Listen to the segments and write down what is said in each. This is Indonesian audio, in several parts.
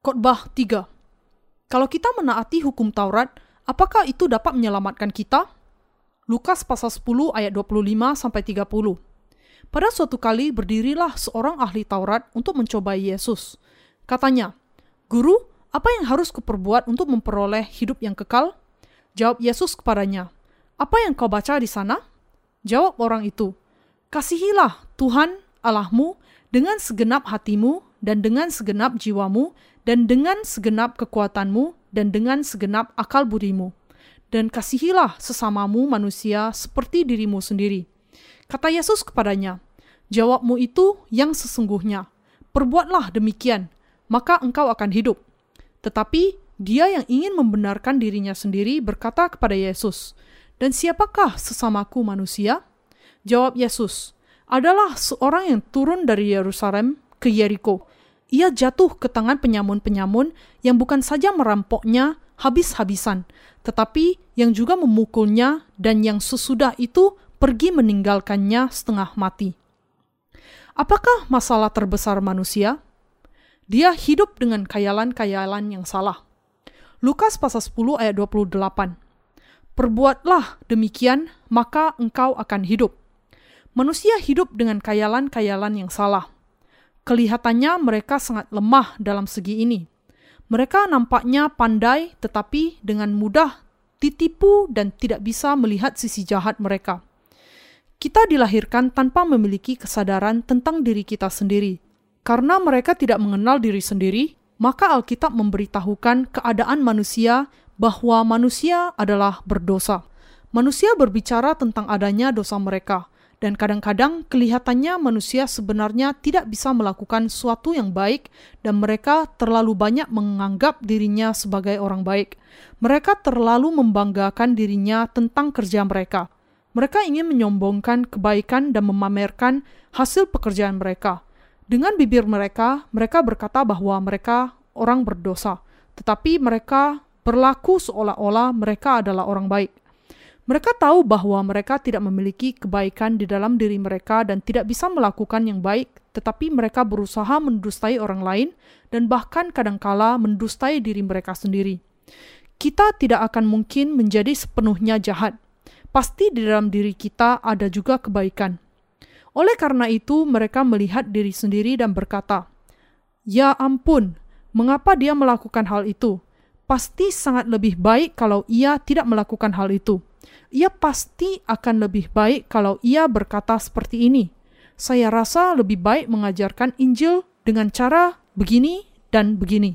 Khotbah 3. Kalau kita menaati hukum Taurat, apakah itu dapat menyelamatkan kita? Lukas pasal 10 ayat 25-30. Pada suatu kali berdirilah seorang ahli Taurat untuk mencobai Yesus. Katanya, "Guru, apa yang harus kuperbuat untuk memperoleh hidup yang kekal?" Jawab Yesus kepadanya, "Apa yang kau baca di sana?" Jawab orang itu, "Kasihilah Tuhan Allahmu dengan segenap hatimu dan dengan segenap jiwamu dan dengan segenap kekuatanmu dan dengan segenap akal budimu. Dan kasihilah sesamamu manusia seperti dirimu sendiri." Kata Yesus kepadanya, "Jawabmu itu yang sesungguhnya. Perbuatlah demikian, maka engkau akan hidup." Tetapi dia yang ingin membenarkan dirinya sendiri berkata kepada Yesus, "Dan siapakah sesamaku manusia?" Jawab Yesus, "Adalah seorang yang turun dari Yerusalem ke Yeriko. Ia jatuh ke tangan penyamun-penyamun yang bukan saja merampoknya habis-habisan, tetapi yang juga memukulnya dan yang sesudah itu pergi meninggalkannya setengah mati." Apakah masalah terbesar manusia? Dia hidup dengan khayalan-khayalan yang salah. Lukas pasal 10 ayat 28. "Perbuatlah demikian, maka engkau akan hidup." Manusia hidup dengan khayalan-khayalan yang salah. Kelihatannya mereka sangat lemah dalam segi ini. Mereka nampaknya pandai tetapi dengan mudah ditipu dan tidak bisa melihat sisi jahat mereka. Kita dilahirkan tanpa memiliki kesadaran tentang diri kita sendiri. Karena mereka tidak mengenal diri sendiri, maka Alkitab memberitahukan keadaan manusia bahwa manusia adalah berdosa. Manusia berbicara tentang adanya dosa mereka. Dan kadang-kadang kelihatannya manusia sebenarnya tidak bisa melakukan sesuatu yang baik dan mereka terlalu banyak menganggap dirinya sebagai orang baik. Mereka terlalu membanggakan dirinya tentang kerja mereka. Mereka ingin menyombongkan kebaikan dan memamerkan hasil pekerjaan mereka. Dengan bibir mereka, mereka berkata bahwa mereka orang berdosa, tetapi mereka berlaku seolah-olah mereka adalah orang baik. Mereka tahu bahwa mereka tidak memiliki kebaikan di dalam diri mereka dan tidak bisa melakukan yang baik, tetapi mereka berusaha mendustai orang lain dan bahkan kadangkala mendustai diri mereka sendiri. Kita tidak akan mungkin menjadi sepenuhnya jahat. Pasti di dalam diri kita ada juga kebaikan. Oleh karena itu, mereka melihat diri sendiri dan berkata, "Ya ampun, mengapa dia melakukan hal itu? Pasti sangat lebih baik kalau ia tidak melakukan hal itu. Ia pasti akan lebih baik kalau ia berkata seperti ini. Saya rasa lebih baik mengajarkan Injil dengan cara begini dan begini.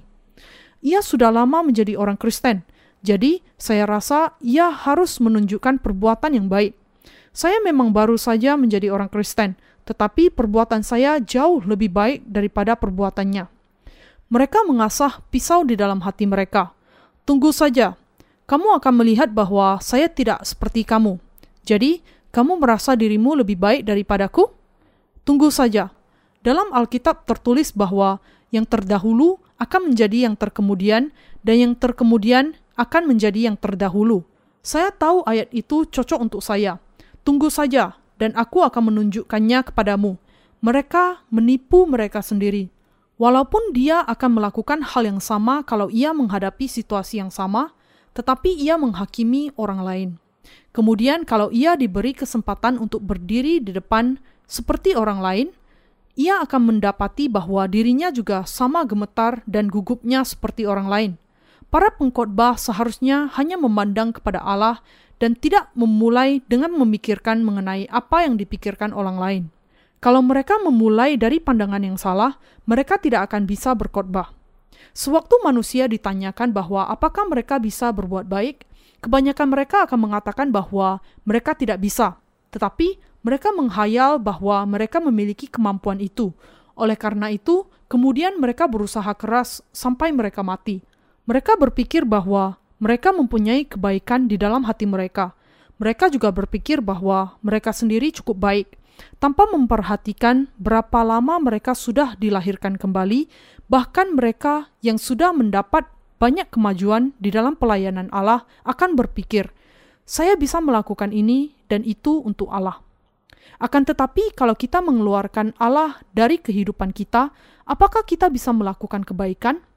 Ia sudah lama menjadi orang Kristen, jadi saya rasa ia harus menunjukkan perbuatan yang baik. Saya memang baru saja menjadi orang Kristen, tetapi perbuatan saya jauh lebih baik daripada perbuatannya." Mereka mengasah pisau di dalam hati mereka. "Tunggu saja. Kamu akan melihat bahwa saya tidak seperti kamu. Jadi, kamu merasa dirimu lebih baik daripadaku? Tunggu saja." Dalam Alkitab tertulis bahwa yang terdahulu akan menjadi yang terkemudian dan yang terkemudian akan menjadi yang terdahulu. Saya tahu ayat itu cocok untuk saya. Tunggu saja dan aku akan menunjukkannya kepadamu. Mereka menipu mereka sendiri. Walaupun dia akan melakukan hal yang sama kalau ia menghadapi situasi yang sama, tetapi ia menghakimi orang lain. Kemudian kalau ia diberi kesempatan untuk berdiri di depan seperti orang lain, ia akan mendapati bahwa dirinya juga sama gemetar dan gugupnya seperti orang lain. Para pengkhotbah seharusnya hanya memandang kepada Allah dan tidak memulai dengan memikirkan mengenai apa yang dipikirkan orang lain. Kalau mereka memulai dari pandangan yang salah, mereka tidak akan bisa berkhotbah. Sewaktu manusia ditanyakan bahwa apakah mereka bisa berbuat baik, kebanyakan mereka akan mengatakan bahwa mereka tidak bisa, tetapi mereka menghayal bahwa mereka memiliki kemampuan itu. Oleh karena itu, kemudian mereka berusaha keras sampai mereka mati. Mereka berpikir bahwa mereka mempunyai kebaikan di dalam hati mereka. Mereka juga berpikir bahwa mereka sendiri cukup baik, tanpa memperhatikan berapa lama mereka sudah dilahirkan kembali. Bahkan mereka yang sudah mendapat banyak kemajuan di dalam pelayanan Allah akan berpikir, "Saya bisa melakukan ini dan itu untuk Allah." Akan tetapi kalau kita mengeluarkan Allah dari kehidupan kita, apakah kita bisa melakukan kebaikan?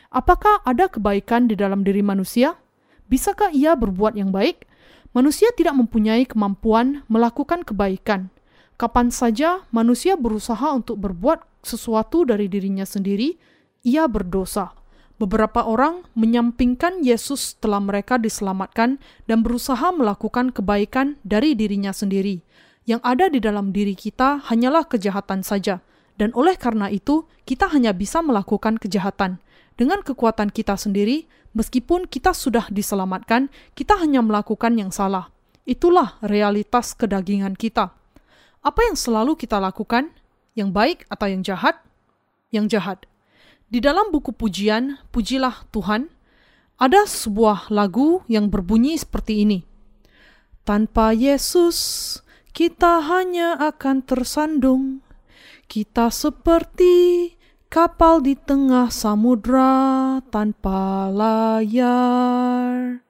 Apakah ada kebaikan di dalam diri manusia? Bisakah ia berbuat yang baik? Manusia tidak mempunyai kemampuan melakukan kebaikan. Kapan saja manusia berusaha untuk berbuat sesuatu dari dirinya sendiri, ia berdosa. Beberapa orang menyampingkan Yesus setelah mereka diselamatkan dan berusaha melakukan kebaikan dari dirinya sendiri. Yang ada di dalam diri kita hanyalah kejahatan saja, dan oleh karena itu kita hanya bisa melakukan kejahatan. Dengan kekuatan kita sendiri, meskipun kita sudah diselamatkan, kita hanya melakukan yang salah. Itulah realitas kedagingan kita. Apa yang selalu kita lakukan? Yang baik atau yang jahat? Yang jahat. Di dalam buku pujian, Pujilah Tuhan, ada sebuah lagu yang berbunyi seperti ini. Tanpa Yesus, kita hanya akan tersandung. Kita seperti kapal di tengah samudra tanpa layar.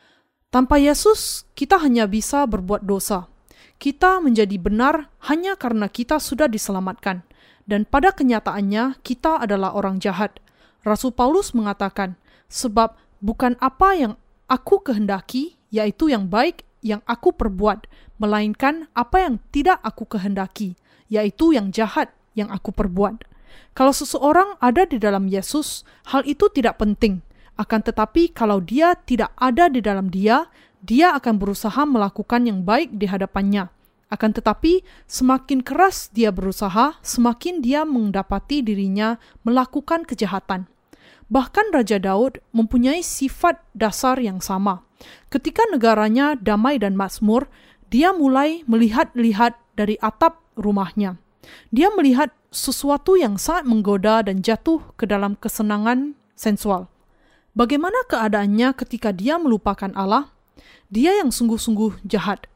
Tanpa Yesus, kita hanya bisa berbuat dosa. Kita menjadi benar hanya karena kita sudah diselamatkan. Dan pada kenyataannya, kita adalah orang jahat. Rasul Paulus mengatakan, sebab bukan apa yang aku kehendaki, yaitu yang baik yang aku perbuat, melainkan apa yang tidak aku kehendaki, yaitu yang jahat yang aku perbuat. Kalau seseorang ada di dalam Yesus, hal itu tidak penting. Akan tetapi kalau dia tidak ada di dalam dia akan berusaha melakukan yang baik di hadapannya. Akan tetapi, semakin keras dia berusaha, semakin dia mendapati dirinya melakukan kejahatan. Bahkan Raja Daud mempunyai sifat dasar yang sama. Ketika negaranya damai dan makmur, dia mulai melihat-lihat dari atap rumahnya. Dia melihat sesuatu yang sangat menggoda dan jatuh ke dalam kesenangan sensual. Bagaimana keadaannya ketika dia melupakan Allah? Dia yang sungguh-sungguh jahat.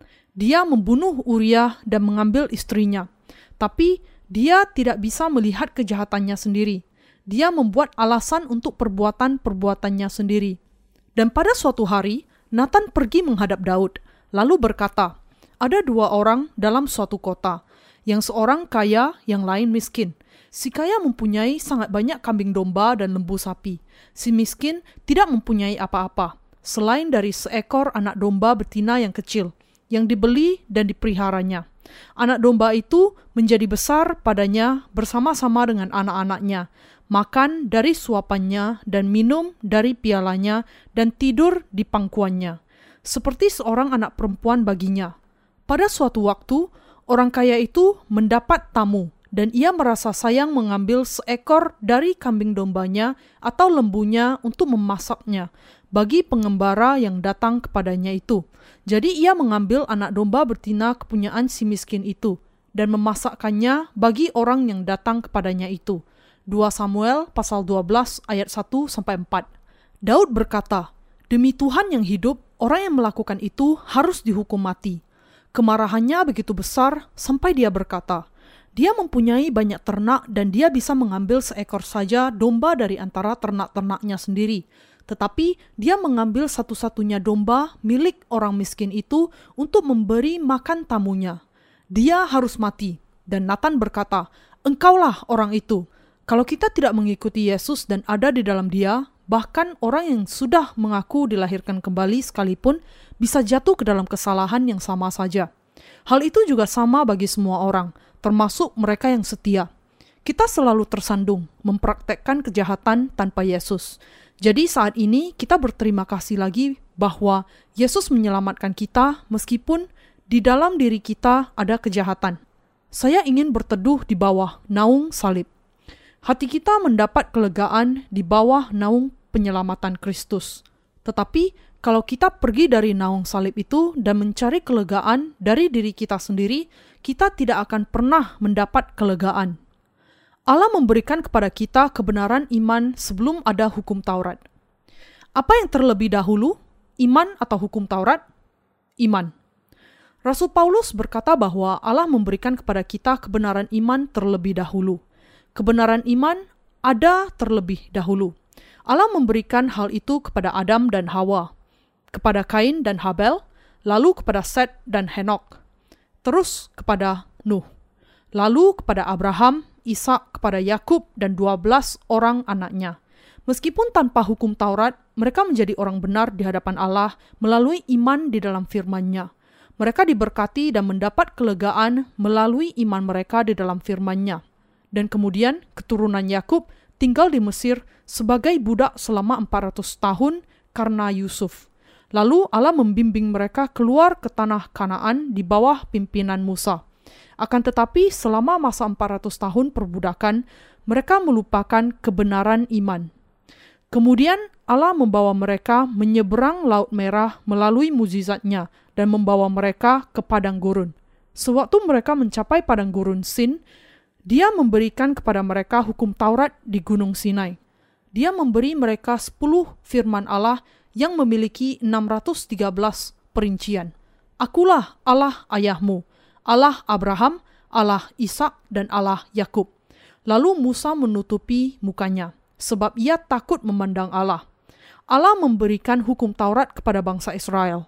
Dia membunuh Uria dan mengambil istrinya. Tapi dia tidak bisa melihat kejahatannya sendiri. Dia membuat alasan untuk perbuatan-perbuatannya sendiri. Dan pada suatu hari, Nathan pergi menghadap Daud, lalu berkata, ada dua orang dalam suatu kota, yang seorang kaya, yang lain miskin. Si kaya mempunyai sangat banyak kambing domba dan lembu sapi. Si miskin tidak mempunyai apa-apa, selain dari seekor anak domba betina yang kecil, yang dibeli dan dipeliharanya. Anak domba itu menjadi besar padanya bersama-sama dengan anak-anaknya, makan dari suapannya dan minum dari pialanya dan tidur di pangkuannya, seperti seorang anak perempuan baginya. Pada suatu waktu, orang kaya itu mendapat tamu, dan ia merasa sayang mengambil seekor dari kambing dombanya atau lembunya untuk memasaknya bagi pengembara yang datang kepadanya itu. Jadi ia mengambil anak domba betina kepunyaan si miskin itu dan memasakkannya bagi orang yang datang kepadanya itu. 2 Samuel pasal 12 ayat 1-4. Daud berkata, demi Tuhan yang hidup, orang yang melakukan itu harus dihukum mati. Kemarahannya begitu besar sampai dia berkata, dia mempunyai banyak ternak dan dia bisa mengambil seekor saja domba dari antara ternak-ternaknya sendiri. Tetapi dia mengambil satu-satunya domba milik orang miskin itu untuk memberi makan tamunya. Dia harus mati. Dan Nathan berkata, engkaulah orang itu. Kalau kita tidak mengikuti Yesus dan ada di dalam dia, bahkan orang yang sudah mengaku dilahirkan kembali sekalipun bisa jatuh ke dalam kesalahan yang sama saja. Hal itu juga sama bagi semua orang, termasuk mereka yang setia. Kita selalu tersandung mempraktekkan kejahatan tanpa Yesus. Jadi saat ini kita berterima kasih lagi bahwa Yesus menyelamatkan kita meskipun di dalam diri kita ada kejahatan. Saya ingin berteduh di bawah naung salib. Hati kita mendapat kelegaan di bawah naung penyelamatan Kristus. Tetapi kalau kita pergi dari naung salib itu dan mencari kelegaan dari diri kita sendiri, kita tidak akan pernah mendapat kelegaan. Allah memberikan kepada kita kebenaran iman sebelum ada hukum Taurat. Apa yang terlebih dahulu, iman atau hukum Taurat? Iman. Rasul Paulus berkata bahwa Allah memberikan kepada kita kebenaran iman terlebih dahulu. Kebenaran iman ada terlebih dahulu. Allah memberikan hal itu kepada Adam dan Hawa, kepada Kain dan Habel, lalu kepada Set dan Henok, terus kepada Nuh, lalu kepada Abraham, Ishak, kepada Yakub dan 12 orang anaknya. Meskipun tanpa hukum Taurat, mereka menjadi orang benar di hadapan Allah melalui iman di dalam firman-Nya. Mereka diberkati dan mendapat kelegaan melalui iman mereka di dalam firman-Nya. Dan kemudian keturunan Yakub tinggal di Mesir sebagai budak selama 400 tahun karena Yusuf. Lalu Allah membimbing mereka keluar ke tanah Kanaan di bawah pimpinan Musa. Akan tetapi selama masa 400 tahun perbudakan, mereka melupakan kebenaran iman. Kemudian Allah membawa mereka menyeberang Laut Merah melalui mukjizat-Nya dan membawa mereka ke padang gurun. Sewaktu mereka mencapai padang gurun Sin, Dia memberikan kepada mereka hukum Taurat di Gunung Sinai. Dia memberi mereka 10 firman Allah yang memiliki 613 perincian. Akulah Allah ayahmu, Allah Abraham, Allah Ishak, dan Allah Yakub. Lalu Musa menutupi mukanya, sebab ia takut memandang Allah. Allah memberikan hukum Taurat kepada bangsa Israel.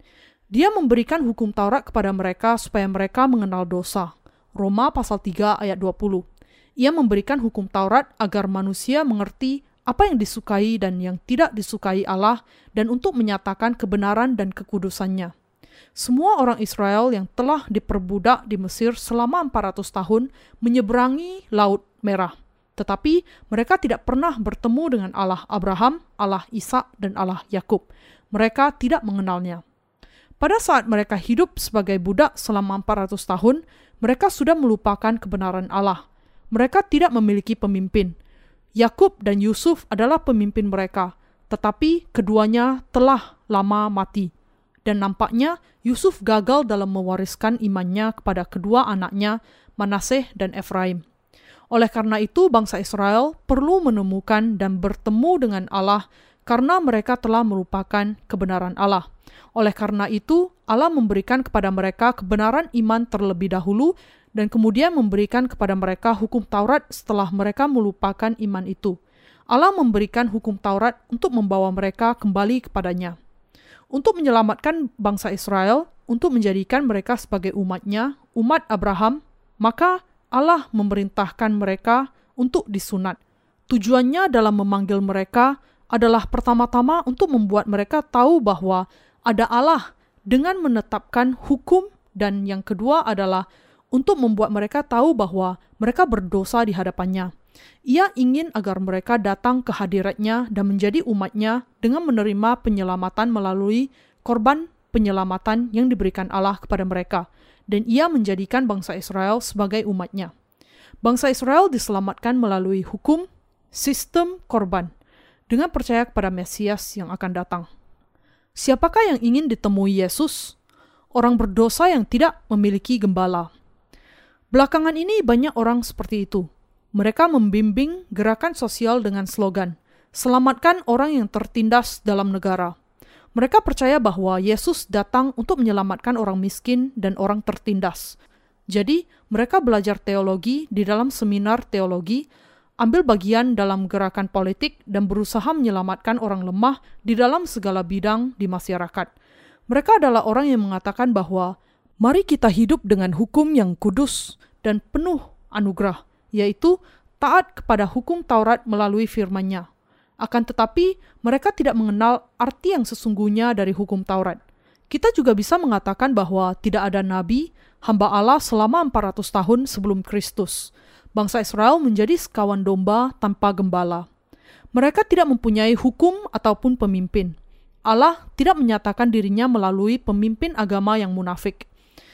Dia memberikan hukum Taurat kepada mereka supaya mereka mengenal dosa. Roma pasal 3 ayat 20. Ia memberikan hukum Taurat agar manusia mengerti apa yang disukai dan yang tidak disukai Allah dan untuk menyatakan kebenaran dan kekudusannya. Semua orang Israel yang telah diperbudak di Mesir selama 400 tahun menyeberangi Laut Merah. Tetapi mereka tidak pernah bertemu dengan Allah Abraham, Allah Ishak, dan Allah Yakub. Mereka tidak mengenalnya. Pada saat mereka hidup sebagai budak selama 400 tahun, mereka sudah melupakan kebenaran Allah. Mereka tidak memiliki pemimpin. Yakub dan Yusuf adalah pemimpin mereka, tetapi keduanya telah lama mati. Dan nampaknya Yusuf gagal dalam mewariskan imannya kepada kedua anaknya, Manaseh dan Efraim. Oleh karena itu, bangsa Israel perlu menemukan dan bertemu dengan Allah karena mereka telah melupakan kebenaran Allah. Oleh karena itu, Allah memberikan kepada mereka kebenaran iman terlebih dahulu dan kemudian memberikan kepada mereka hukum Taurat setelah mereka melupakan iman itu. Allah memberikan hukum Taurat untuk membawa mereka kembali kepadanya. Untuk menyelamatkan bangsa Israel, untuk menjadikan mereka sebagai umat-Nya, umat Abraham, maka Allah memerintahkan mereka untuk disunat. Tujuannya dalam memanggil mereka adalah pertama-tama untuk membuat mereka tahu bahwa ada Allah dengan menetapkan hukum, dan yang kedua adalah untuk membuat mereka tahu bahwa mereka berdosa di hadapan-Nya. Ia ingin agar mereka datang ke hadirat-Nya dan menjadi umat-Nya dengan menerima penyelamatan melalui korban penyelamatan yang diberikan Allah kepada mereka. Dan ia menjadikan bangsa Israel sebagai umat-Nya. Bangsa Israel diselamatkan melalui hukum, sistem korban, dengan percaya kepada Mesias yang akan datang. Siapakah yang ingin ditemui Yesus? Orang berdosa yang tidak memiliki gembala. Belakangan ini banyak orang seperti itu. Mereka membimbing gerakan sosial dengan slogan, "Selamatkan orang yang tertindas dalam negara." Mereka percaya bahwa Yesus datang untuk menyelamatkan orang miskin dan orang tertindas. Jadi, mereka belajar teologi di dalam seminar teologi, ambil bagian dalam gerakan politik, dan berusaha menyelamatkan orang lemah di dalam segala bidang di masyarakat. Mereka adalah orang yang mengatakan bahwa, mari kita hidup dengan hukum yang kudus dan penuh anugerah, yaitu taat kepada hukum Taurat melalui firman-Nya. Akan tetapi, mereka tidak mengenal arti yang sesungguhnya dari hukum Taurat. Kita juga bisa mengatakan bahwa tidak ada nabi, hamba Allah selama 400 tahun sebelum Kristus. Bangsa Israel menjadi sekawan domba tanpa gembala. Mereka tidak mempunyai hukum ataupun pemimpin. Allah tidak menyatakan dirinya melalui pemimpin agama yang munafik.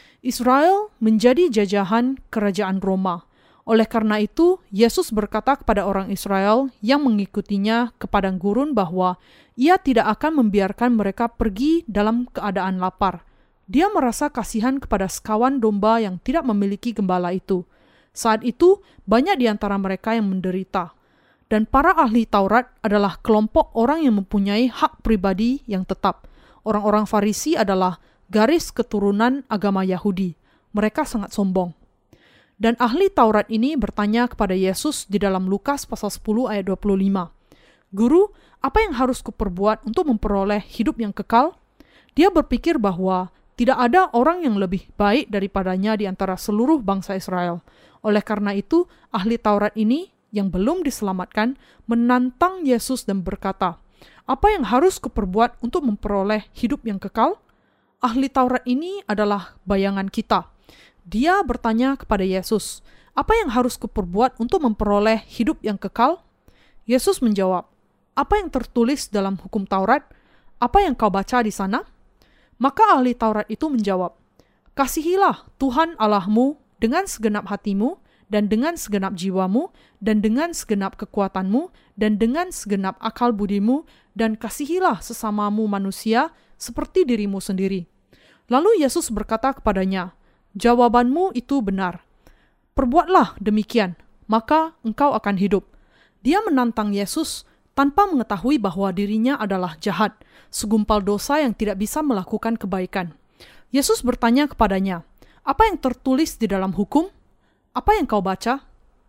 Israel menjadi jajahan kerajaan Roma. Oleh karena itu, Yesus berkata kepada orang Israel yang mengikutinya ke padang gurun bahwa ia tidak akan membiarkan mereka pergi dalam keadaan lapar. Dia merasa kasihan kepada sekawan domba yang tidak memiliki gembala itu. Saat itu, banyak di antara mereka yang menderita. Dan para ahli Taurat adalah kelompok orang yang mempunyai hak pribadi yang tetap. Orang-orang Farisi adalah garis keturunan agama Yahudi. Mereka sangat sombong. Dan ahli Taurat ini bertanya kepada Yesus di dalam Lukas pasal 10 ayat 25. Guru, apa yang harus kuperbuat untuk memperoleh hidup yang kekal? Dia berpikir bahwa tidak ada orang yang lebih baik daripadanya di antara seluruh bangsa Israel. Oleh karena itu, ahli Taurat ini yang belum diselamatkan menantang Yesus dan berkata, "Apa yang harus kuperbuat untuk memperoleh hidup yang kekal?" Ahli Taurat ini adalah bayangan kita. Dia bertanya kepada Yesus, "Apa yang harus kuperbuat untuk memperoleh hidup yang kekal?" Yesus menjawab, "Apa yang tertulis dalam hukum Taurat? Apa yang kau baca di sana?" Maka ahli Taurat itu menjawab, "Kasihilah Tuhan Allahmu dengan segenap hatimu, dan dengan segenap jiwamu, dan dengan segenap kekuatanmu, dan dengan segenap akal budimu, dan kasihilah sesamamu manusia seperti dirimu sendiri." Lalu Yesus berkata kepadanya, "Jawabanmu itu benar. Perbuatlah demikian, maka engkau akan hidup." Dia menantang Yesus tanpa mengetahui bahwa dirinya adalah jahat, segumpal dosa yang tidak bisa melakukan kebaikan. Yesus bertanya kepadanya, "Apa yang tertulis di dalam hukum? Apa yang kau baca?"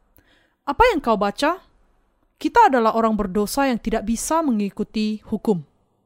Apa yang kau baca? Kita adalah orang berdosa yang tidak bisa mengikuti hukum.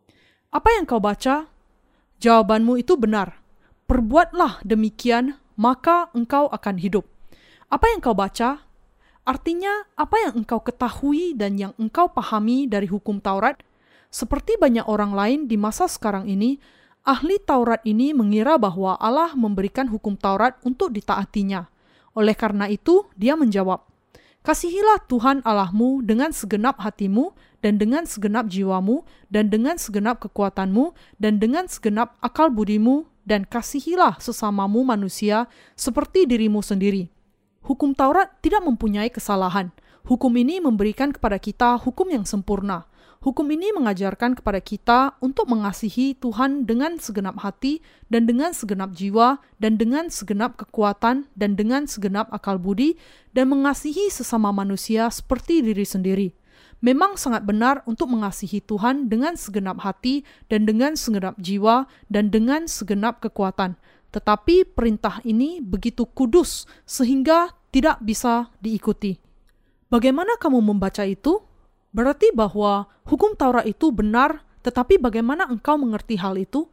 Apa yang kau baca? Jawabanmu itu benar. Perbuatlah demikian, maka engkau akan hidup. Apa yang kau baca? Artinya, apa yang engkau ketahui dan yang engkau pahami dari hukum Taurat? Seperti banyak orang lain di masa sekarang ini, ahli Taurat ini mengira bahwa Allah memberikan hukum Taurat untuk ditaatinya. Oleh karena itu, dia menjawab, "Kasihilah Tuhan Allahmu dengan segenap hatimu, dan dengan segenap jiwamu, dan dengan segenap kekuatanmu, dan dengan segenap akal budimu, dan kasihilah sesamamu manusia seperti dirimu sendiri." Hukum Taurat tidak mempunyai kesalahan. Hukum ini memberikan kepada kita hukum yang sempurna. Hukum ini mengajarkan kepada kita untuk mengasihi Tuhan dengan segenap hati, dan dengan segenap jiwa, dan dengan segenap kekuatan, dan dengan segenap akal budi, dan mengasihi sesama manusia seperti diri sendiri. Memang sangat benar untuk mengasihi Tuhan dengan segenap hati, dan dengan segenap jiwa, dan dengan segenap kekuatan. Tetapi perintah ini begitu kudus sehingga tidak bisa diikuti. Bagaimana kamu membaca itu? Berarti bahwa hukum Taurat itu benar, tetapi bagaimana engkau mengerti hal itu?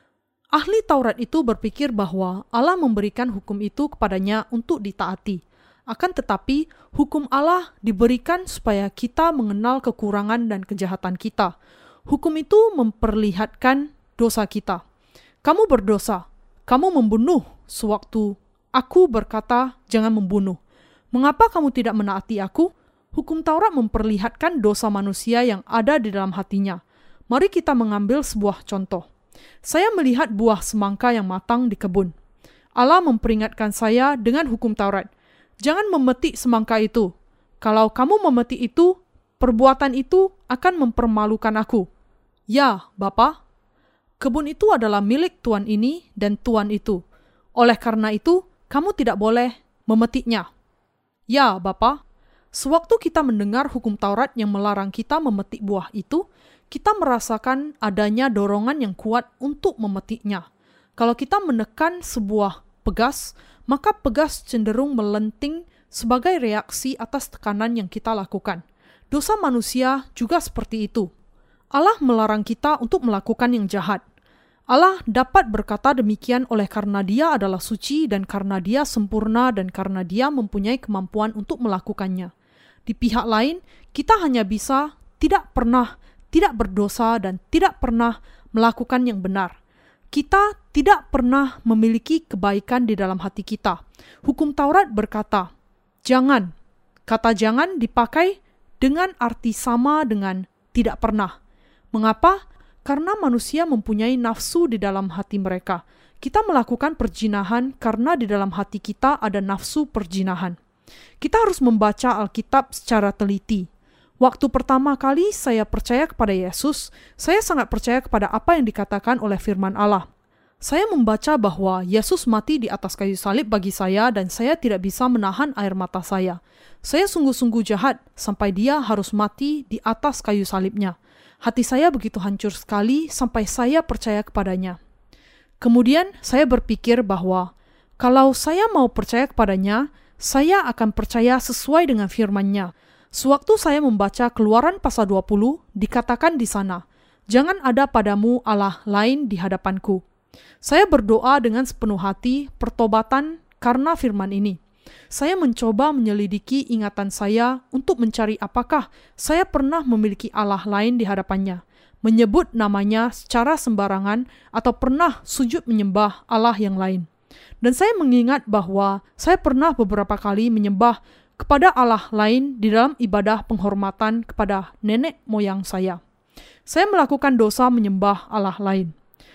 Ahli Taurat itu berpikir bahwa Allah memberikan hukum itu kepadanya untuk ditaati. Akan tetapi, hukum Allah diberikan supaya kita mengenal kekurangan dan kejahatan kita. Hukum itu memperlihatkan dosa kita. Kamu berdosa. Kamu membunuh sewaktu aku berkata, "Jangan membunuh." Mengapa kamu tidak menaati aku? Hukum Taurat memperlihatkan dosa manusia yang ada di dalam hatinya. Mari kita mengambil sebuah contoh. Saya melihat buah semangka yang matang di kebun. Allah memperingatkan saya dengan hukum Taurat. "Jangan memetik semangka itu. Kalau kamu memetik itu, perbuatan itu akan mempermalukan aku." Ya, Bapa, kebun itu adalah milik tuan ini dan tuan itu. Oleh karena itu, kamu tidak boleh memetiknya. Ya, Bapa, sewaktu kita mendengar hukum Taurat yang melarang kita memetik buah itu, kita merasakan adanya dorongan yang kuat untuk memetiknya. Kalau kita menekan sebuah pegas, maka pegas cenderung melenting sebagai reaksi atas tekanan yang kita lakukan. Dosa manusia juga seperti itu. Allah melarang kita untuk melakukan yang jahat. Allah dapat berkata demikian oleh karena Dia adalah suci dan karena Dia sempurna dan karena Dia mempunyai kemampuan untuk melakukannya. Di pihak lain, kita hanya bisa tidak berdosa dan tidak pernah melakukan yang benar. Kita tidak pernah memiliki kebaikan di dalam hati kita. Hukum Taurat berkata, "Jangan." Kata "jangan" dipakai dengan arti sama dengan tidak pernah. Mengapa? Karena manusia mempunyai nafsu di dalam hati mereka. Kita melakukan perzinahan karena di dalam hati kita ada nafsu perzinahan. Kita harus membaca Alkitab secara teliti. Waktu pertama kali saya percaya kepada Yesus, saya sangat percaya kepada apa yang dikatakan oleh firman Allah. Saya membaca bahwa Yesus mati di atas kayu salib bagi saya dan saya tidak bisa menahan air mata saya. Saya sungguh-sungguh jahat sampai Dia harus mati di atas kayu salibnya. Hati saya begitu hancur sekali sampai saya percaya kepadanya. Kemudian saya berpikir bahwa kalau saya mau percaya kepadanya, saya akan percaya sesuai dengan firman-Nya. Sewaktu saya membaca Keluaran pasal 20, dikatakan di sana, "Jangan ada padamu Allah lain di hadapanku." Saya berdoa dengan sepenuh hati pertobatan karena firman ini. Saya mencoba menyelidiki ingatan saya untuk mencari apakah saya pernah memiliki Allah lain di hadapannya, menyebut namanya secara sembarangan atau pernah sujud menyembah Allah yang lain. Dan saya mengingat bahwa saya pernah beberapa kali menyembah kepada Allah lain di dalam ibadah penghormatan kepada nenek moyang saya. Saya melakukan dosa menyembah Allah lain.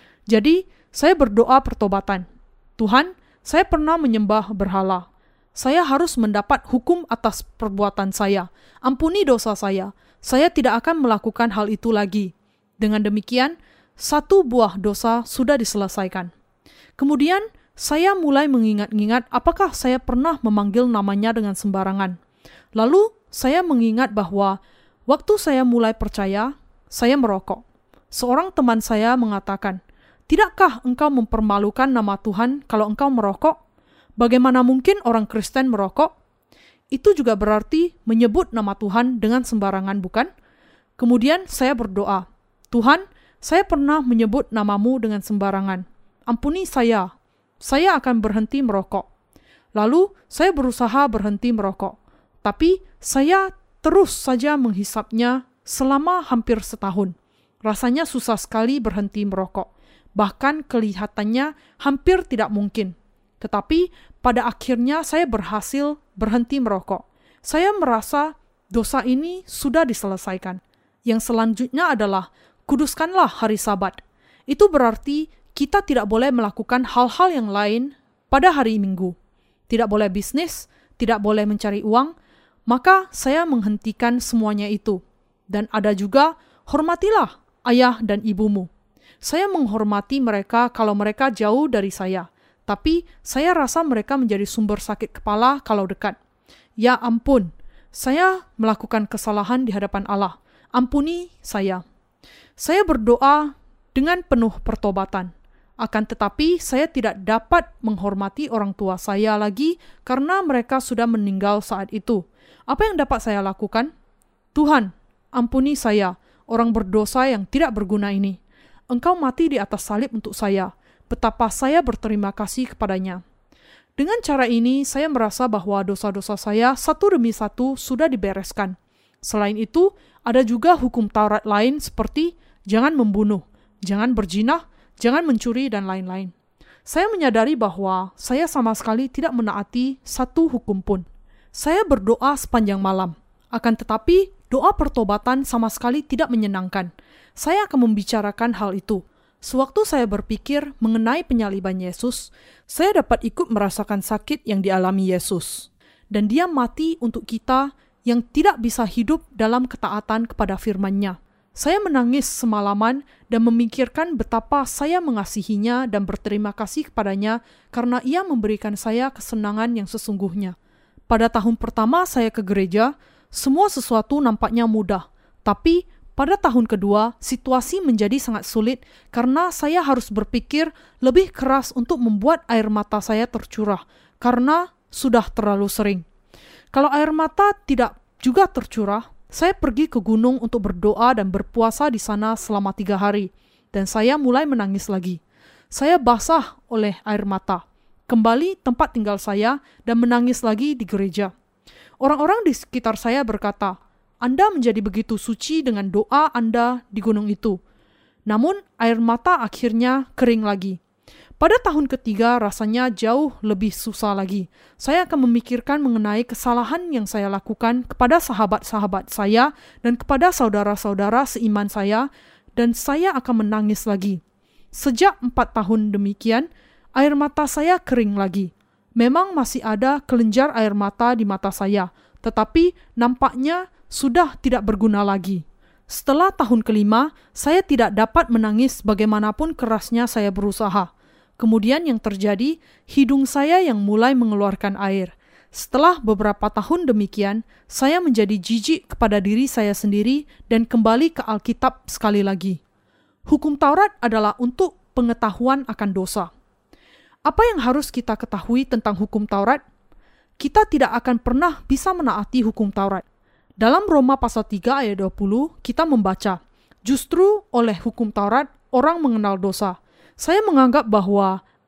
Jadi, saya berdoa pertobatan. Tuhan, saya pernah menyembah berhala. Saya harus mendapat hukum atas perbuatan saya. Ampuni dosa saya. Saya tidak akan melakukan hal itu lagi. Dengan demikian, satu buah dosa sudah diselesaikan. Kemudian, saya mulai mengingat-ingat apakah saya pernah memanggil namanya dengan sembarangan. Lalu, saya mengingat bahwa waktu saya mulai percaya, saya merokok. Seorang teman saya mengatakan, "Tidakkah engkau mempermalukan nama Tuhan kalau engkau merokok? Bagaimana mungkin orang Kristen merokok?" Itu juga berarti menyebut nama Tuhan dengan sembarangan, bukan? Kemudian saya berdoa, "Tuhan, saya pernah menyebut namamu dengan sembarangan. Ampuni saya. Saya akan berhenti merokok." Lalu saya berusaha berhenti merokok. Tapi saya terus saja menghisapnya selama hampir setahun. Rasanya susah sekali berhenti merokok. Bahkan kelihatannya hampir tidak mungkin. Tetapi pada akhirnya saya berhasil berhenti merokok. Saya merasa dosa ini sudah diselesaikan. Yang selanjutnya adalah kuduskanlah hari Sabat. Itu berarti kita tidak boleh melakukan hal-hal yang lain pada hari Minggu. Tidak boleh bisnis, tidak boleh mencari uang, maka saya menghentikan semuanya itu. Dan ada juga, hormatilah ayah dan ibumu. Saya menghormati mereka kalau mereka jauh dari saya. Tapi saya rasa mereka menjadi sumber sakit kepala kalau dekat. Ya ampun, saya melakukan kesalahan di hadapan Allah. Ampuni saya. Saya berdoa dengan penuh pertobatan. Akan tetapi saya tidak dapat menghormati orang tua saya lagi karena mereka sudah meninggal saat itu. Apa yang dapat saya lakukan? Tuhan, ampuni saya, orang berdosa yang tidak berguna ini. Engkau mati di atas salib untuk saya. Betapa saya berterima kasih kepadanya. Dengan cara ini, saya merasa bahwa dosa-dosa saya satu demi satu sudah dibereskan. Selain itu, ada juga hukum Taurat lain seperti jangan membunuh, jangan berzina, jangan mencuri, dan lain-lain. Saya menyadari bahwa saya sama sekali tidak menaati satu hukum pun. Saya berdoa sepanjang malam. Akan tetapi, doa pertobatan sama sekali tidak menyenangkan. Saya akan membicarakan hal itu. Sewaktu saya berpikir mengenai penyaliban Yesus, saya dapat ikut merasakan sakit yang dialami Yesus. Dan dia mati untuk kita yang tidak bisa hidup dalam ketaatan kepada firman-Nya. Saya menangis semalaman dan memikirkan betapa saya mengasihinya dan berterima kasih kepadanya karena ia memberikan saya kesenangan yang sesungguhnya. Pada tahun pertama saya ke gereja, semua sesuatu nampaknya mudah. Tapi pada tahun kedua, situasi menjadi sangat sulit karena saya harus berpikir lebih keras untuk membuat air mata saya tercurah karena sudah terlalu sering. Kalau air mata tidak juga tercurah, saya pergi ke gunung untuk berdoa dan berpuasa di sana selama 3 hari. Dan saya mulai menangis lagi. Saya basah oleh air mata. Kembali tempat tinggal saya dan menangis lagi di gereja. Orang-orang di sekitar saya berkata, "Anda menjadi begitu suci dengan doa Anda di gunung itu." Namun air mata akhirnya kering lagi. Pada tahun ketiga rasanya jauh lebih susah lagi. Saya akan memikirkan mengenai kesalahan yang saya lakukan kepada sahabat-sahabat saya dan kepada saudara-saudara seiman saya, dan saya akan menangis lagi. Sejak 4 tahun demikian, air mata saya kering lagi. Memang masih ada kelenjar air mata di mata saya, tetapi nampaknya sudah tidak berguna lagi. Setelah tahun kelima, saya tidak dapat menangis bagaimanapun kerasnya saya berusaha. Kemudian yang terjadi, hidung saya yang mulai mengeluarkan air. Setelah beberapa tahun demikian, saya menjadi jijik kepada diri saya sendiri dan kembali ke Alkitab sekali lagi. Hukum Taurat adalah untuk pengetahuan akan dosa. Apa yang harus kita ketahui tentang hukum Taurat? Kita tidak akan pernah bisa menaati hukum Taurat. Dalam Roma pasal 3 ayat 20, kita membaca, justru oleh hukum Taurat, orang mengenal dosa. Saya menganggap bahwa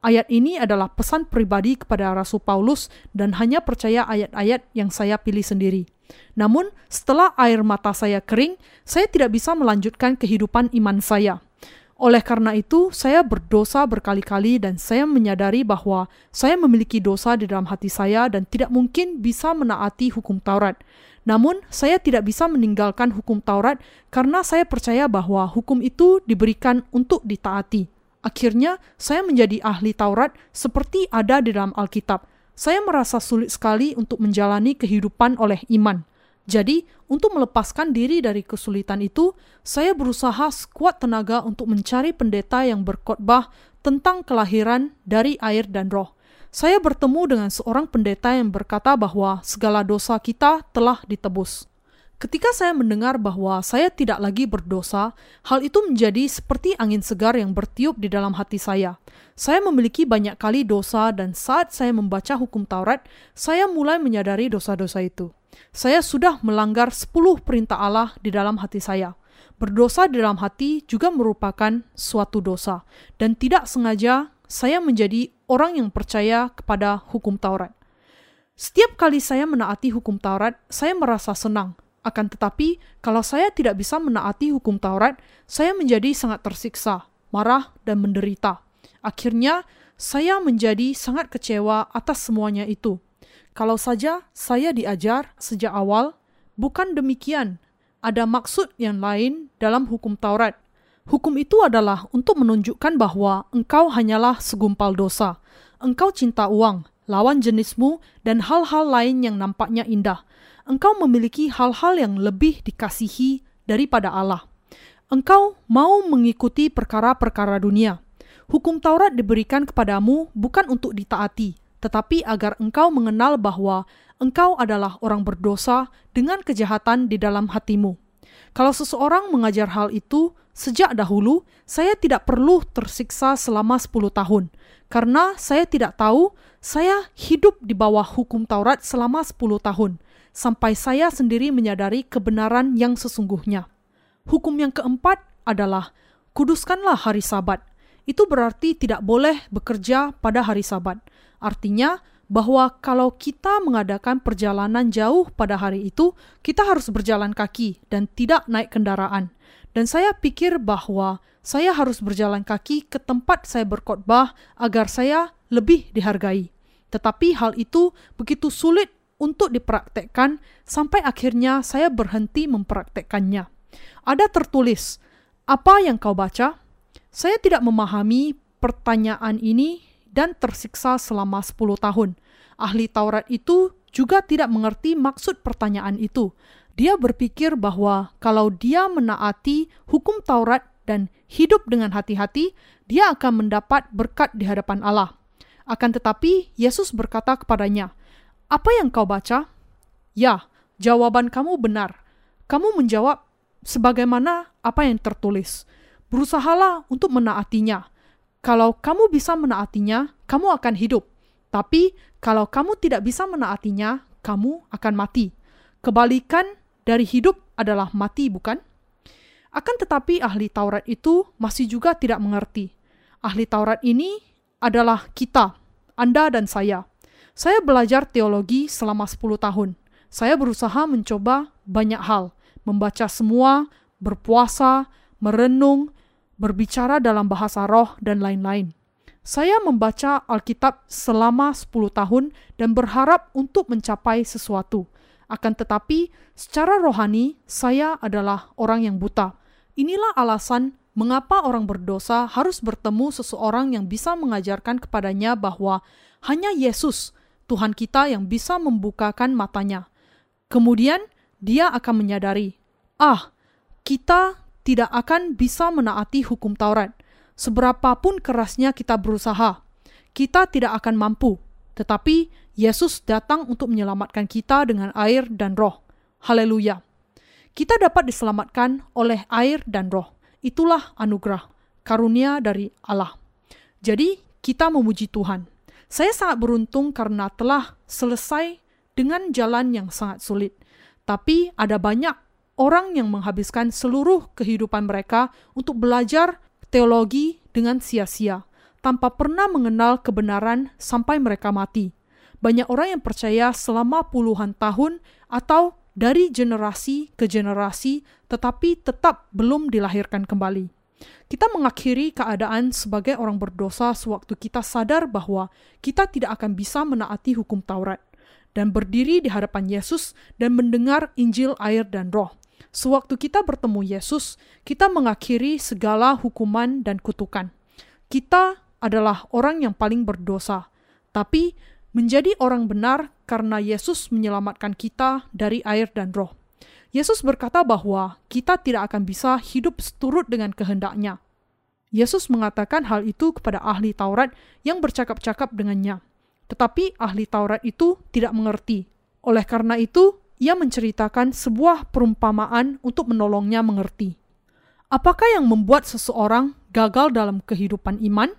Ayat ini adalah pesan pribadi kepada Rasul Paulus dan hanya percaya ayat-ayat yang saya pilih sendiri. Namun, setelah air mata saya kering, saya tidak bisa melanjutkan kehidupan iman saya. Oleh karena itu, saya berdosa berkali-kali dan saya menyadari bahwa saya memiliki dosa di dalam hati saya dan tidak mungkin bisa menaati hukum Taurat. Namun, saya tidak bisa meninggalkan hukum Taurat karena saya percaya bahwa hukum itu diberikan untuk ditaati. Akhirnya, saya menjadi ahli Taurat seperti ada di dalam Alkitab. Saya merasa sulit sekali untuk menjalani kehidupan oleh iman. Jadi, untuk melepaskan diri dari kesulitan itu, saya berusaha sekuat tenaga untuk mencari pendeta yang berkhotbah tentang kelahiran dari air dan roh. Saya bertemu dengan seorang pendeta yang berkata bahwa segala dosa kita telah ditebus. Ketika saya mendengar bahwa saya tidak lagi berdosa, hal itu menjadi seperti angin segar yang bertiup di dalam hati saya. Saya memiliki banyak kali dosa dan saat saya membaca hukum Taurat, saya mulai menyadari dosa-dosa itu. Saya sudah melanggar 10 perintah Allah di dalam hati saya. Berdosa di dalam hati juga merupakan suatu dosa, dan tidak sengaja saya menjadi orang yang percaya kepada hukum Taurat. Setiap kali saya menaati hukum Taurat, saya merasa senang. Akan tetapi, kalau saya tidak bisa menaati hukum Taurat, saya menjadi sangat tersiksa, marah, dan menderita. Akhirnya, saya menjadi sangat kecewa atas semuanya itu. Kalau saja saya diajar sejak awal, bukan demikian. Ada maksud yang lain dalam hukum Taurat. Hukum itu adalah untuk menunjukkan bahwa engkau hanyalah segumpal dosa. Engkau cinta uang, lawan jenismu, dan hal-hal lain yang nampaknya indah. Engkau memiliki hal-hal yang lebih dikasihi daripada Allah. Engkau mau mengikuti perkara-perkara dunia. Hukum Taurat diberikan kepadamu bukan untuk ditaati, tetapi agar engkau mengenal bahwa engkau adalah orang berdosa dengan kejahatan di dalam hatimu. Kalau seseorang mengajar hal itu sejak dahulu, saya tidak perlu tersiksa selama 10 tahun. Karena saya tidak tahu, saya hidup di bawah hukum Taurat selama 10 tahun. Sampai saya sendiri menyadari kebenaran yang sesungguhnya. Hukum yang keempat adalah, kuduskanlah hari Sabat. Itu berarti tidak boleh bekerja pada hari Sabat. Artinya bahwa kalau kita mengadakan perjalanan jauh pada hari itu, kita harus berjalan kaki dan tidak naik kendaraan. Dan saya pikir bahwa saya harus berjalan kaki ke tempat saya berkhotbah agar saya lebih dihargai. Tetapi hal itu begitu sulit untuk dipraktekkan sampai akhirnya saya berhenti mempraktekkannya. Ada tertulis, apa yang kau baca? Saya tidak memahami pertanyaan ini dan tersiksa selama 10 tahun. Ahli Taurat itu juga tidak mengerti maksud pertanyaan itu. Dia berpikir bahwa kalau dia menaati hukum Taurat dan hidup dengan hati-hati, dia akan mendapat berkat di hadapan Allah. Akan tetapi, Yesus berkata kepadanya, apa yang kau baca? Ya, jawaban kamu benar. Kamu menjawab sebagaimana apa yang tertulis. Berusahalah untuk menaatinya. Kalau kamu bisa menaatinya, kamu akan hidup. Tapi kalau kamu tidak bisa menaatinya, kamu akan mati. Kebalikan dari hidup adalah mati, bukan? Akan tetapi ahli Taurat itu masih juga tidak mengerti. Ahli Taurat ini adalah kita, Anda dan saya. Saya belajar teologi selama 10 tahun. Saya berusaha mencoba banyak hal, membaca semua, berpuasa, merenung, berbicara dalam bahasa roh, dan lain-lain. Saya membaca Alkitab selama 10 tahun dan berharap untuk mencapai sesuatu. Akan tetapi, secara rohani, saya adalah orang yang buta. Inilah alasan mengapa orang berdosa harus bertemu seseorang yang bisa mengajarkan kepadanya bahwa hanya Yesus, Tuhan kita, yang bisa membukakan matanya. Kemudian dia akan menyadari, kita tidak akan bisa menaati hukum Taurat. Seberapapun kerasnya kita berusaha, kita tidak akan mampu. Tetapi Yesus datang untuk menyelamatkan kita dengan air dan roh. Haleluya. Kita dapat diselamatkan oleh air dan roh. Itulah anugerah, karunia dari Allah. Jadi kita memuji Tuhan. Saya sangat beruntung karena telah selesai dengan jalan yang sangat sulit. Tapi ada banyak orang yang menghabiskan seluruh kehidupan mereka untuk belajar teologi dengan sia-sia. tanpa pernah mengenal kebenaran sampai mereka mati. Banyak orang yang percaya selama puluhan tahun atau dari generasi ke generasi, tetapi tetap belum dilahirkan kembali. Kita mengakhiri keadaan sebagai orang berdosa sewaktu kita sadar bahwa kita tidak akan bisa menaati hukum Taurat dan berdiri di hadapan Yesus dan mendengar Injil air dan Roh. Sewaktu kita bertemu Yesus, kita mengakhiri segala hukuman dan kutukan. Kita adalah orang yang paling berdosa, tapi menjadi orang benar karena Yesus menyelamatkan kita dari air dan Roh. Yesus berkata bahwa kita tidak akan bisa hidup seturut dengan kehendak-Nya. Yesus mengatakan hal itu kepada ahli Taurat yang bercakap-cakap dengannya. Tetapi ahli Taurat itu tidak mengerti. Oleh karena itu, ia menceritakan sebuah perumpamaan untuk menolongnya mengerti. Apakah yang membuat seseorang gagal dalam kehidupan iman?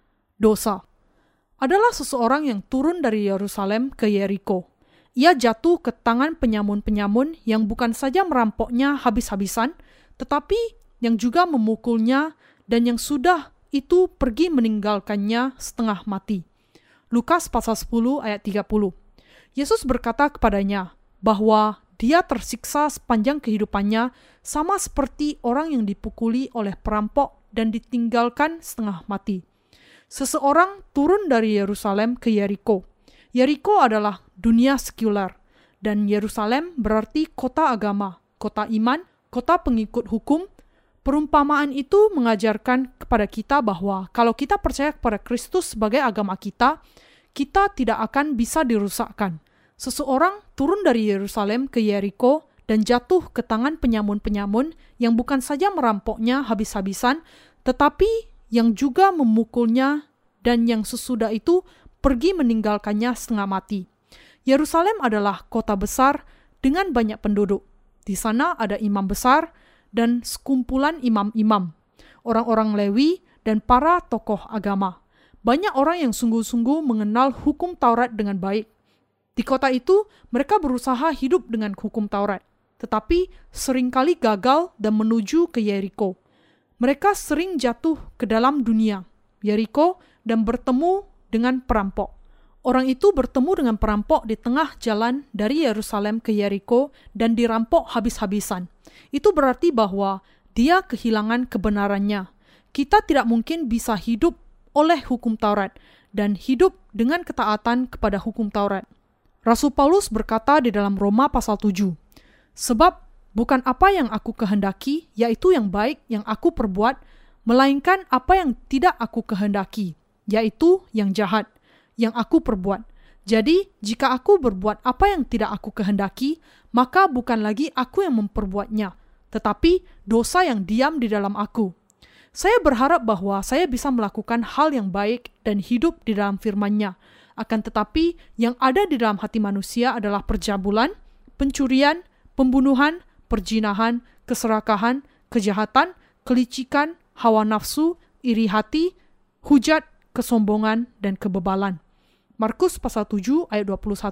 Dosa. Adalah seseorang yang turun dari Yerusalem ke Yeriko. Ia jatuh ke tangan penyamun-penyamun yang bukan saja merampoknya habis-habisan, tetapi yang juga memukulnya dan yang sudah itu pergi meninggalkannya setengah mati. Lukas pasal 10 ayat 30. Yesus berkata kepadanya bahwa dia tersiksa sepanjang kehidupannya sama seperti orang yang dipukuli oleh perampok dan ditinggalkan setengah mati. Seseorang turun dari Yerusalem ke Yeriko. Yeriko adalah dunia sekuler, dan Yerusalem berarti kota agama, kota iman, kota pengikut hukum. Perumpamaan itu mengajarkan kepada kita bahwa kalau kita percaya kepada Kristus sebagai agama kita, kita tidak akan bisa dirusakkan. Seseorang turun dari Yerusalem ke Yeriko dan jatuh ke tangan penyamun-penyamun yang bukan saja merampoknya habis-habisan, tetapi yang juga memukulnya dan yang sesudah itu pergi meninggalkannya setengah mati. Yerusalem adalah kota besar dengan banyak penduduk. Di sana ada imam besar dan sekumpulan imam-imam, orang-orang Lewi dan para tokoh agama. Banyak orang yang sungguh-sungguh mengenal hukum Taurat dengan baik. Di kota itu, mereka berusaha hidup dengan hukum Taurat, tetapi seringkali gagal dan menuju ke Yeriko. Mereka sering jatuh ke dalam dunia, Yeriko, dan bertemu dengan perampok. Orang itu bertemu dengan perampok di tengah jalan dari Yerusalem ke Yeriko dan dirampok habis-habisan. Itu berarti bahwa dia kehilangan kebenarannya. Kita tidak mungkin bisa hidup oleh hukum Taurat dan hidup dengan ketaatan kepada hukum Taurat. Rasul Paulus berkata di dalam Roma pasal 7, "Sebab bukan apa yang aku kehendaki, yaitu yang baik yang aku perbuat, melainkan apa yang tidak aku kehendaki, yaitu yang jahat yang aku perbuat. Jadi, jika aku berbuat apa yang tidak aku kehendaki, maka bukan lagi aku yang memperbuatnya, tetapi dosa yang diam di dalam aku. Saya berharap bahwa saya bisa melakukan hal yang baik dan hidup di dalam firman-Nya. Akan tetapi, yang ada di dalam hati manusia adalah percabulan, pencurian, pembunuhan, perjinahan, keserakahan, kejahatan, kelicikan, hawa nafsu, iri hati, hujat, kesombongan, dan kebebalan." Markus pasal 7 ayat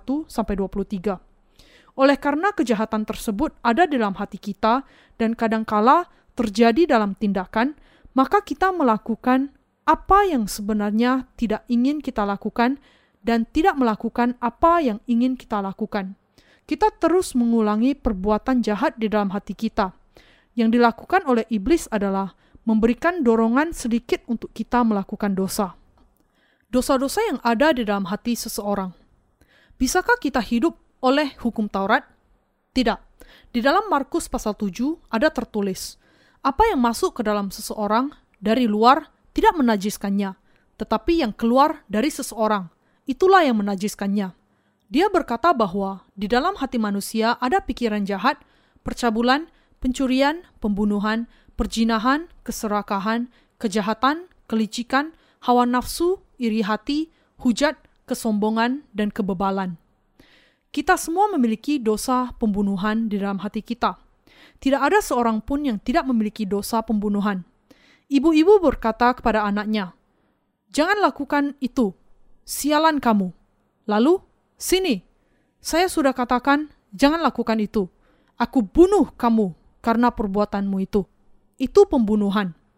21-23. Oleh karena kejahatan tersebut ada di dalam hati kita dan kadangkala terjadi dalam tindakan, maka kita melakukan apa yang sebenarnya tidak ingin kita lakukan dan tidak melakukan apa yang ingin kita lakukan. Kita terus mengulangi perbuatan jahat di dalam hati kita. Yang dilakukan oleh iblis adalah memberikan dorongan sedikit untuk kita melakukan dosa. Dosa-dosa yang ada di dalam hati seseorang. Bisakah kita hidup oleh hukum Taurat? Tidak. Di dalam Markus pasal 7 ada tertulis, apa yang masuk ke dalam seseorang dari luar tidak menajiskannya, tetapi yang keluar dari seseorang, itulah yang menajiskannya. Dia berkata bahwa di dalam hati manusia ada pikiran jahat, percabulan, pencurian, pembunuhan, perjinahan, keserakahan, kejahatan, kelicikan, hawa nafsu, iri hati, hujat, kesombongan, dan kebebalan. Kita semua memiliki dosa pembunuhan di dalam hati kita. Tidak ada seorang pun yang tidak memiliki dosa pembunuhan. Ibu-ibu berkata kepada anaknya, "Jangan lakukan itu, sialan kamu." Lalu, "Sini, saya sudah katakan, jangan lakukan itu. Aku bunuh kamu karena perbuatanmu itu." Itu pembunuhan.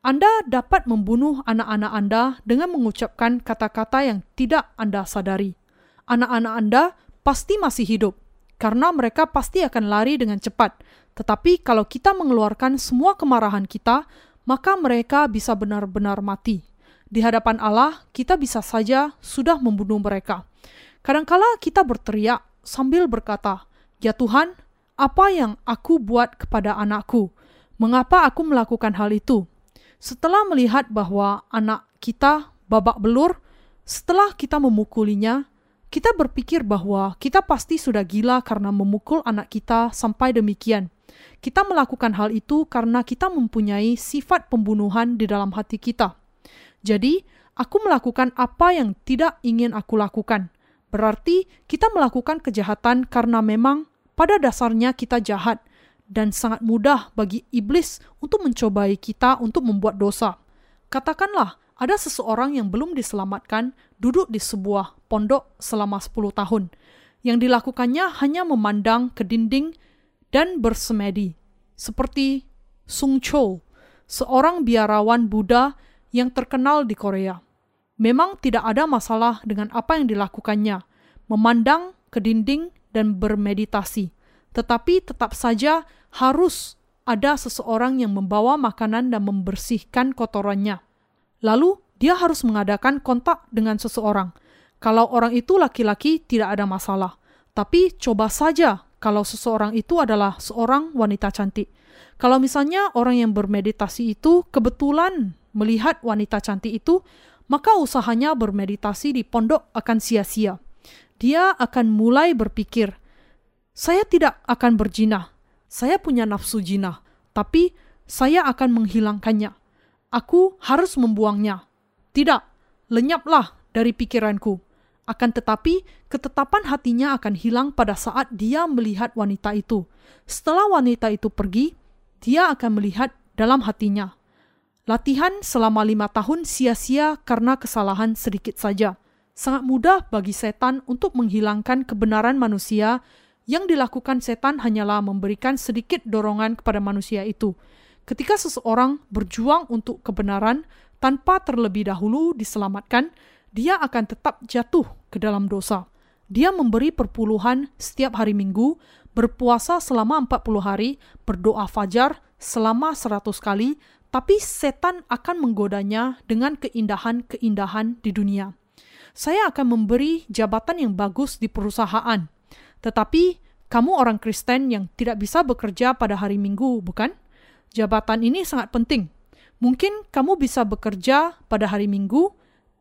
Anda dapat membunuh anak-anak Anda dengan mengucapkan kata-kata yang tidak Anda sadari. Anak-anak Anda pasti masih hidup, karena mereka pasti akan lari dengan cepat. Tetapi kalau kita mengeluarkan semua kemarahan kita, maka mereka bisa benar-benar mati. Di hadapan Allah, kita bisa saja sudah membunuh mereka. Kadangkala kita berteriak sambil berkata, "Ya Tuhan, apa yang aku buat kepada anakku? Mengapa aku melakukan hal itu?" Setelah melihat bahwa anak kita babak belur, setelah kita memukulinya, kita berpikir bahwa kita pasti sudah gila karena memukul anak kita sampai demikian. Kita melakukan hal itu karena kita mempunyai sifat pembunuhan di dalam hati kita. Jadi, aku melakukan apa yang tidak ingin aku lakukan. Berarti kita melakukan kejahatan karena memang pada dasarnya kita jahat. Dan sangat mudah bagi iblis untuk mencobai kita untuk membuat dosa. Katakanlah, ada seseorang yang belum diselamatkan duduk di sebuah pondok selama 10 tahun. Yang dilakukannya hanya memandang ke dinding dan bersemedi. Seperti Sung Chol, seorang biarawan Buddha yang terkenal di Korea. Memang tidak ada masalah dengan apa yang dilakukannya, memandang ke dinding dan bermeditasi. Tetapi tetap saja harus ada seseorang yang membawa makanan dan membersihkan kotorannya. Lalu dia harus mengadakan kontak dengan seseorang. Kalau orang itu laki-laki tidak ada masalah. Tapi coba saja kalau seseorang itu adalah seorang wanita cantik. Kalau misalnya orang yang bermeditasi itu kebetulan melihat wanita cantik itu, maka usahanya bermeditasi di pondok akan sia-sia. Dia akan mulai berpikir, "Saya tidak akan berzina. Saya punya nafsu zina, tapi saya akan menghilangkannya. Aku harus membuangnya." Tidak, lenyaplah dari pikiranku. Akan tetapi, ketetapan hatinya akan hilang pada saat dia melihat wanita itu. Setelah wanita itu pergi, dia akan melihat dalam hatinya. Latihan selama 5 tahun sia-sia karena kesalahan sedikit saja. Sangat mudah bagi setan untuk menghilangkan kebenaran manusia. Yang dilakukan setan hanyalah memberikan sedikit dorongan kepada manusia itu. Ketika seseorang berjuang untuk kebenaran tanpa terlebih dahulu diselamatkan, dia akan tetap jatuh ke dalam dosa. Dia memberi perpuluhan setiap hari Minggu, berpuasa selama 40 hari, berdoa fajar selama 100 kali, tapi setan akan menggodanya dengan keindahan-keindahan di dunia. Saya akan memberi jabatan yang bagus di perusahaan. Tetapi kamu orang Kristen yang tidak bisa bekerja pada hari Minggu, bukan? Jabatan ini sangat penting. Mungkin kamu bisa bekerja pada hari Minggu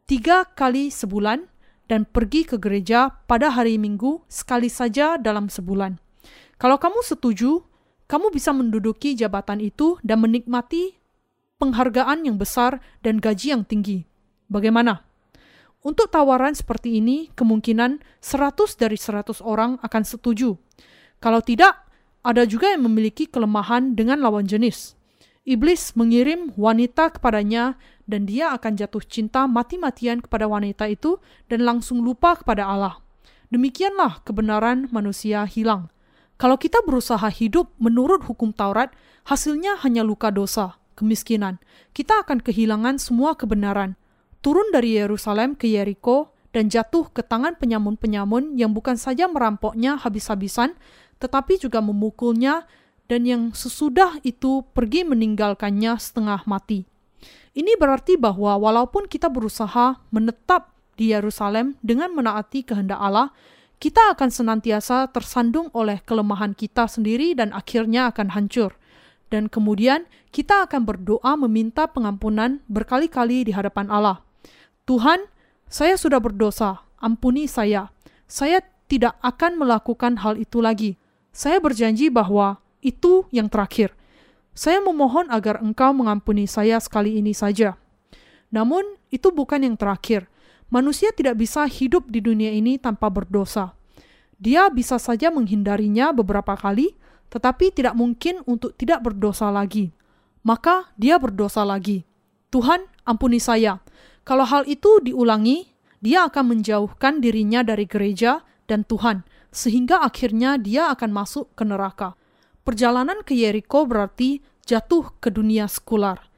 3 kali sebulan dan pergi ke gereja pada hari Minggu sekali saja dalam sebulan. Kalau kamu setuju, kamu bisa menduduki jabatan itu dan menikmati penghargaan yang besar dan gaji yang tinggi. Bagaimana? Untuk tawaran seperti ini, kemungkinan 100 dari 100 orang akan setuju. Kalau tidak, ada juga yang memiliki kelemahan dengan lawan jenis. Iblis mengirim wanita kepadanya dan dia akan jatuh cinta mati-matian kepada wanita itu dan langsung lupa kepada Allah. Demikianlah kebenaran manusia hilang. Kalau kita berusaha hidup menurut hukum Taurat, hasilnya hanya luka dosa, kemiskinan. Kita akan kehilangan semua kebenaran. Turun dari Yerusalem ke Yeriko dan jatuh ke tangan penyamun-penyamun yang bukan saja merampoknya habis-habisan, tetapi juga memukulnya dan yang sesudah itu pergi meninggalkannya setengah mati. Ini berarti bahwa walaupun kita berusaha menetap di Yerusalem dengan menaati kehendak Allah, kita akan senantiasa tersandung oleh kelemahan kita sendiri dan akhirnya akan hancur. Dan kemudian kita akan berdoa meminta pengampunan berkali-kali di hadapan Allah. Tuhan, saya sudah berdosa, ampuni saya. Saya tidak akan melakukan hal itu lagi. Saya berjanji bahwa itu yang terakhir. Saya memohon agar Engkau mengampuni saya sekali ini saja. Namun, itu bukan yang terakhir. Manusia tidak bisa hidup di dunia ini tanpa berdosa. Dia bisa saja menghindarinya beberapa kali, tetapi tidak mungkin untuk tidak berdosa lagi. Maka dia berdosa lagi. Tuhan, ampuni saya. Kalau hal itu diulangi, dia akan menjauhkan dirinya dari gereja dan Tuhan, sehingga akhirnya dia akan masuk ke neraka. Perjalanan ke Yeriko berarti jatuh ke dunia sekular.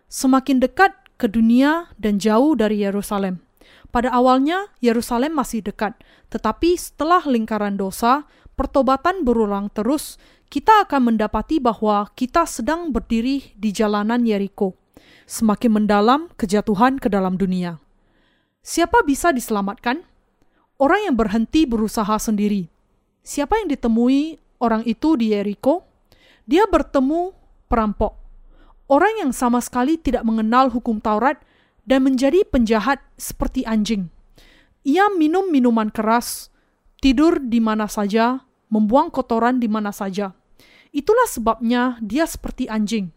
semakin dekat ke dunia dan jauh dari Yerusalem. Pada awalnya, Yerusalem masih dekat, tetapi setelah lingkaran dosa, pertobatan berulang terus, kita akan mendapati bahwa kita sedang berdiri di jalanan Yeriko, semakin mendalam kejatuhan ke dalam dunia. Siapa bisa diselamatkan? Orang yang berhenti berusaha sendiri. Siapa yang ditemui orang itu di Yeriko? Dia bertemu perampok, orang yang sama sekali tidak mengenal hukum Taurat dan menjadi penjahat seperti anjing. Ia minum minuman keras, tidur di mana saja, membuang kotoran di mana saja. Itulah sebabnya dia seperti anjing.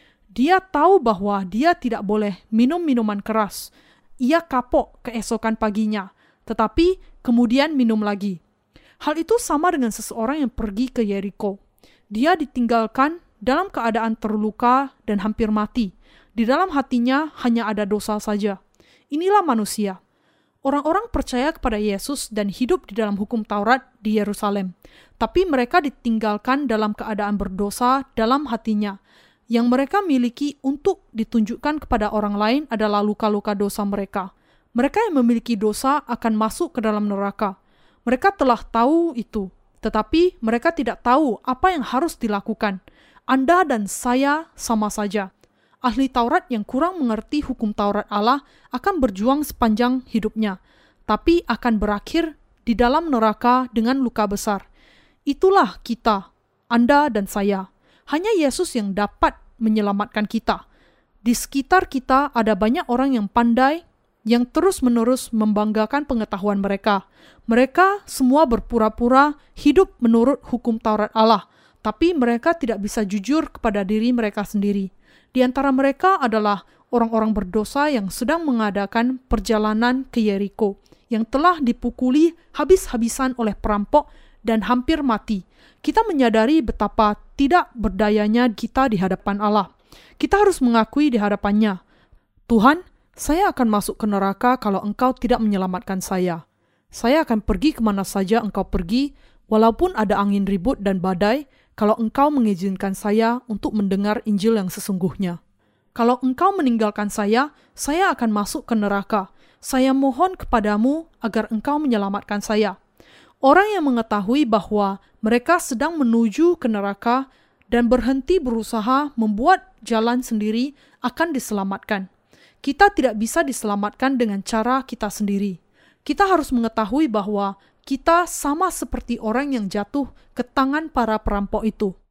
Dia tahu bahwa dia tidak boleh minum minuman keras. Ia kapok keesokan paginya, tetapi kemudian minum lagi. Hal itu sama dengan seseorang yang pergi ke Yeriko. Dia ditinggalkan dalam keadaan terluka dan hampir mati. Di dalam hatinya hanya ada dosa saja. Inilah manusia. Orang-orang percaya kepada Yesus dan hidup di dalam hukum Taurat di Yerusalem. Tapi mereka ditinggalkan dalam keadaan berdosa dalam hatinya. Yang mereka miliki untuk ditunjukkan kepada orang lain adalah luka-luka dosa mereka. Mereka yang memiliki dosa akan masuk ke dalam neraka. Mereka telah tahu itu, tetapi mereka tidak tahu apa yang harus dilakukan. Anda dan saya sama saja. Ahli Taurat yang kurang mengerti hukum Taurat Allah akan berjuang sepanjang hidupnya, tapi akan berakhir di dalam neraka dengan luka besar. Itulah kita, Anda dan saya. Hanya Yesus yang dapat menyelamatkan kita. Di sekitar kita ada banyak orang yang pandai, yang terus-menerus membanggakan pengetahuan mereka. Mereka semua berpura-pura hidup menurut hukum Taurat Allah, tapi mereka tidak bisa jujur kepada diri mereka sendiri. Di antara mereka adalah orang-orang berdosa yang sedang mengadakan perjalanan ke Yeriko, yang telah dipukuli habis-habisan oleh perampok dan hampir mati. Kita menyadari betapa tidak berdayanya kita di hadapan Allah. Kita harus mengakui di hadapannya, Tuhan, saya akan masuk ke neraka kalau Engkau tidak menyelamatkan saya. Saya akan pergi kemana saja Engkau pergi, walaupun ada angin ribut dan badai, kalau Engkau mengizinkan saya untuk mendengar Injil yang sesungguhnya. Kalau Engkau meninggalkan saya akan masuk ke neraka. Saya mohon kepadamu agar Engkau menyelamatkan saya. Orang yang mengetahui bahwa mereka sedang menuju ke neraka dan berhenti berusaha membuat jalan sendiri akan diselamatkan. Kita tidak bisa diselamatkan dengan cara kita sendiri. Kita harus mengetahui bahwa kita sama seperti orang yang jatuh ke tangan para perampok itu.